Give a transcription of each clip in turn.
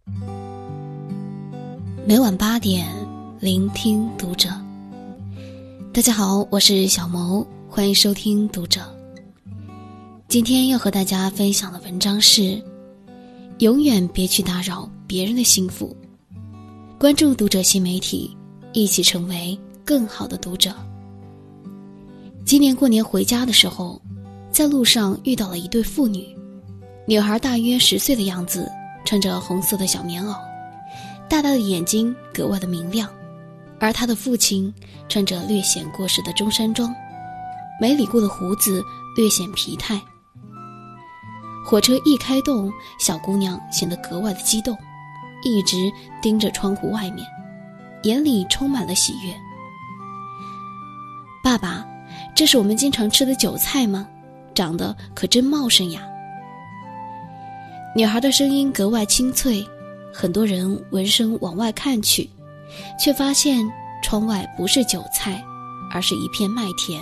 每晚8点，聆听读者。大家好，我是小谋，欢迎收听读者。今天要和大家分享的文章是：永远别去打扰别人的幸福。关注读者新媒体，一起成为更好的读者。今年过年回家的时候，在路上遇到了一对父女，女孩大约10岁的样子，穿着红色的小棉袄，大大的眼睛格外的明亮，而她的父亲穿着略显过时的中山装，没理过的胡子略显疲态。火车一开动，小姑娘显得格外的激动，一直盯着窗户外面，眼里充满了喜悦。爸爸，这是我们经常吃的韭菜吗？长得可真茂盛呀。女孩的声音格外清脆，很多人闻声往外看去，却发现窗外不是韭菜，而是一片麦田。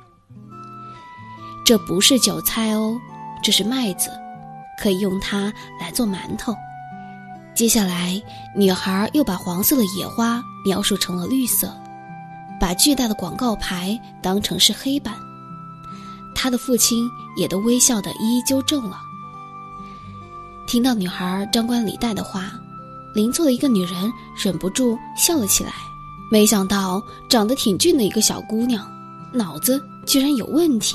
这不是韭菜哦，这是麦子，可以用它来做馒头。接下来，女孩又把黄色的野花描述成了绿色，把巨大的广告牌当成是黑板。她的父亲也都微笑地一一纠正了。听到女孩张冠李戴的话，邻座的一个女人忍不住笑了起来。没想到长得挺俊的一个小姑娘，脑子居然有问题。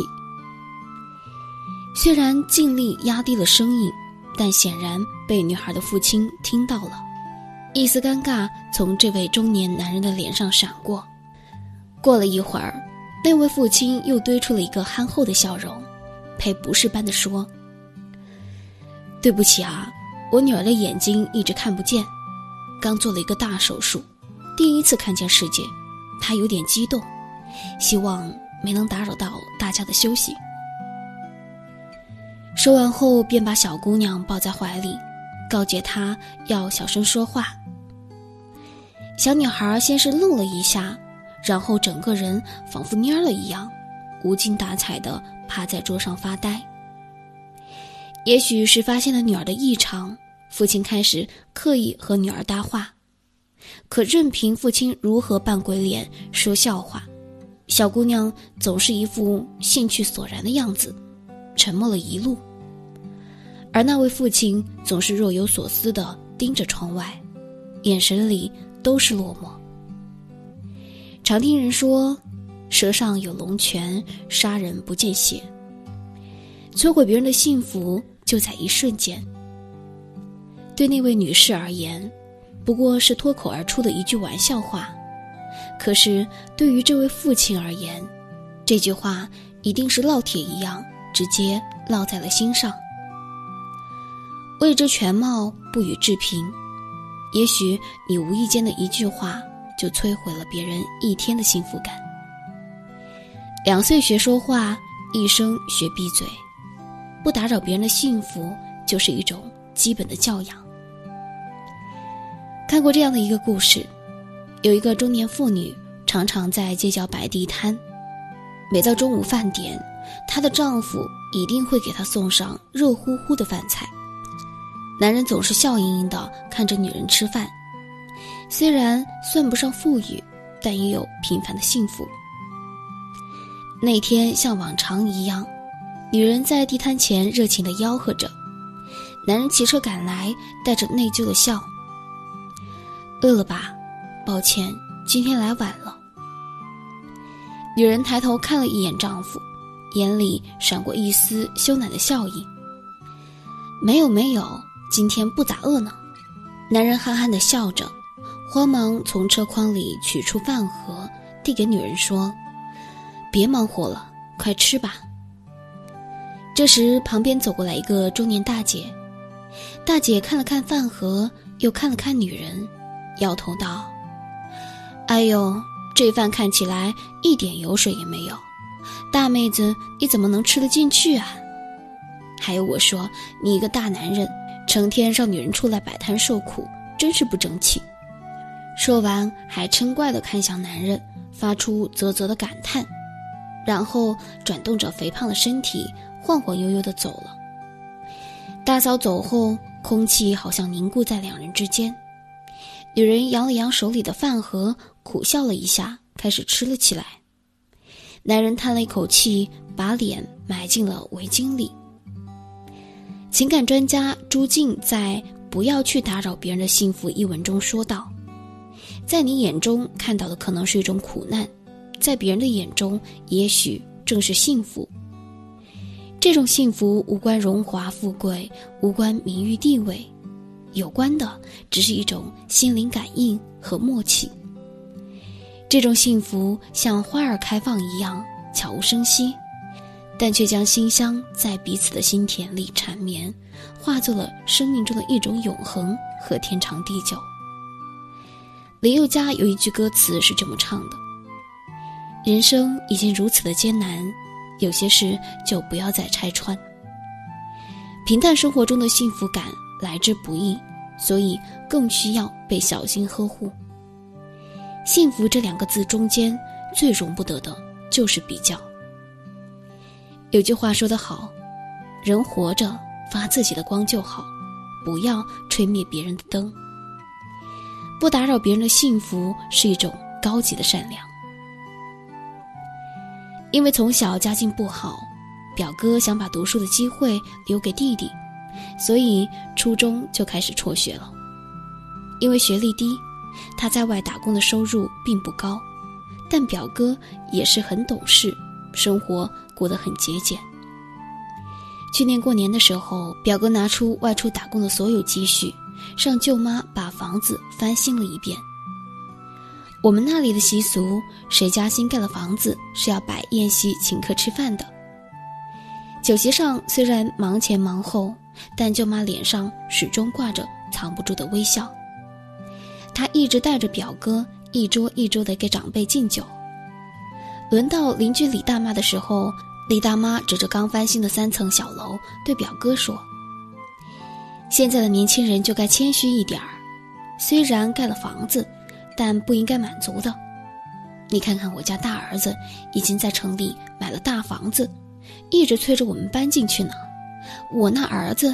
虽然尽力压低了声音，但显然被女孩的父亲听到了。一丝尴尬从这位中年男人的脸上闪过。过了一会儿，那位父亲又堆出了一个憨厚的笑容，陪不是般地说：对不起啊，我女儿的眼睛一直看不见，刚做了一个大手术，第一次看见世界，她有点激动，希望没能打扰到大家的休息。说完后便把小姑娘抱在怀里，告诫她要小声说话。小女孩先是愣了一下，然后整个人仿佛蔫了一样，无精打采地趴在桌上发呆。也许是发现了女儿的异常，父亲开始刻意和女儿搭话，可任凭父亲如何扮鬼脸说笑话，小姑娘总是一副兴趣索然的样子，沉默了一路。而那位父亲总是若有所思地盯着窗外，眼神里都是落寞。常听人说，舌上有龙泉，杀人不见血。摧毁别人的幸福就在一瞬间。对那位女士而言，不过是脱口而出的一句玩笑话，可是对于这位父亲而言，这句话一定是烙铁一样，直接烙在了心上。未知全貌，不予置评。也许你无意间的一句话，就摧毁了别人一天的幸福感。2岁学说话，1生学闭嘴。不打扰别人的幸福，就是一种基本的教养。看过这样的一个故事，有一个中年妇女常常在街角摆地摊，每到中午饭点，她的丈夫一定会给她送上热乎乎的饭菜。男人总是笑盈盈地看着女人吃饭，虽然算不上富裕，但也有平凡的幸福。那天像往常一样，女人在地摊前热情地吆喝着，男人骑车赶来，带着内疚的笑：饿了吧？抱歉，今天来晚了。女人抬头看了一眼丈夫，眼里闪过一丝羞赧的笑意：没有，今天不咋饿呢。男人憨憨地笑着，慌忙从车筐里取出饭盒，递给女人说：别忙活了，快吃吧。这时旁边走过来一个中年大姐，大姐看了看饭盒，又看了看女人，摇头道：哎呦，这饭看起来一点油水也没有，大妹子你怎么能吃得进去啊？还有我说，你一个大男人成天让女人出来摆摊受苦，真是不争气。说完还嗔怪地看向男人，发出啧啧的感叹，然后转动着肥胖的身体，晃晃悠悠地走了。大嫂走后， 空气好像凝固在两人之间。女人扬了扬手里的饭盒，苦笑了一下，开始吃了起来。男人叹了一口气，把脸埋进了围巾里。情感专家朱静在《不要去打扰别人的幸福》一文中说道，在你眼中看到的可能是一种苦难，在别人的眼中也许正是幸福。这种幸福无关荣华富贵，无关名誉地位，有关的只是一种心灵感应和默契。这种幸福像花儿开放一样悄无声息，但却将馨香在彼此的心田里缠绵，化作了生命中的一种永恒和天长地久。林宥嘉有一句歌词是这么唱的：人生已经如此的艰难，有些事就不要再拆穿。平淡生活中的幸福感来之不易，所以更需要被小心呵护。幸福这两个字中间最容不得的就是比较。有句话说得好，人活着发自己的光就好，不要吹灭别人的灯。不打扰别人的幸福是一种高级的善良。因为从小家境不好，表哥想把读书的机会留给弟弟，所以初中就开始辍学了。因为学历低，他在外打工的收入并不高，但表哥也是很懂事，生活过得很节俭。去年过年的时候，表哥拿出外出打工的所有积蓄，让舅妈把房子翻新了一遍。我们那里的习俗，谁家新盖了房子是要摆宴席请客吃饭的。酒席上虽然忙前忙后，但舅妈脸上始终挂着藏不住的微笑。她一直带着表哥一桌一桌地给长辈敬酒。轮到邻居李大妈的时候，李大妈指着刚翻新的3层小楼对表哥说：现在的年轻人就该谦虚一点儿，虽然盖了房子，但不应该满足的。你看看我家大儿子已经在城里买了大房子，一直催着我们搬进去呢。我那儿子……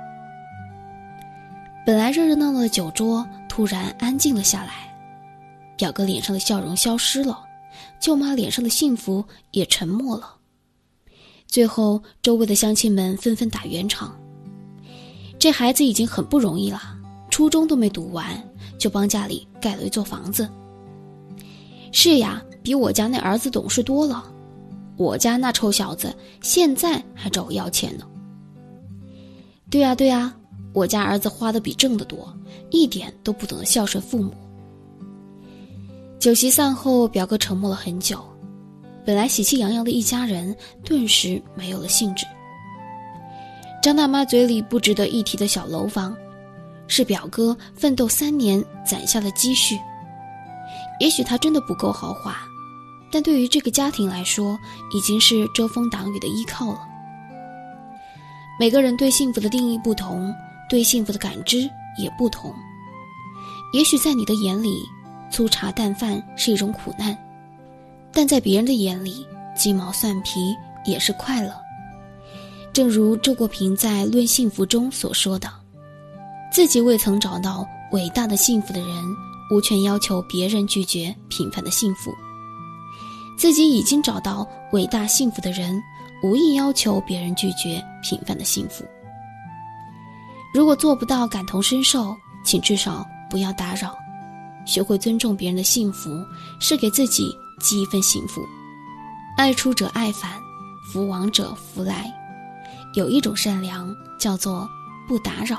本来热热闹闹的酒桌突然安静了下来，表哥脸上的笑容消失了，舅妈脸上的幸福也沉默了。最后周围的乡亲们纷纷打圆场，这孩子已经很不容易了，初中都没读完就帮家里盖了一座房子。是呀，比我家那儿子懂事多了，我家那臭小子现在还找我要钱呢。对呀对呀，我家儿子花的比挣的多，一点都不懂得孝顺父母。酒席散后，表哥沉默了很久，本来喜气洋洋的一家人顿时没有了兴致。张大妈嘴里不值得一提的小楼房，是表哥奋斗3年攒下的积蓄。也许他真的不够豪华，但对于这个家庭来说，已经是遮风挡雨的依靠了。每个人对幸福的定义不同，对幸福的感知也不同。也许在你的眼里，粗茶淡饭是一种苦难，但在别人的眼里，鸡毛蒜皮也是快乐。正如周国平在《论幸福》中所说的，自己未曾找到伟大的幸福的人，无权要求别人拒绝平凡的幸福；自己已经找到伟大幸福的人，无意要求别人拒绝平凡的幸福。如果做不到感同身受，请至少不要打扰。学会尊重别人的幸福，是给自己积一份幸福。爱出者爱返，福往者福来。有一种善良叫做不打扰。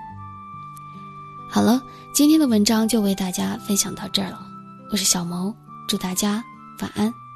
好了，今天的文章就为大家分享到这儿了。我是小萌，祝大家晚安。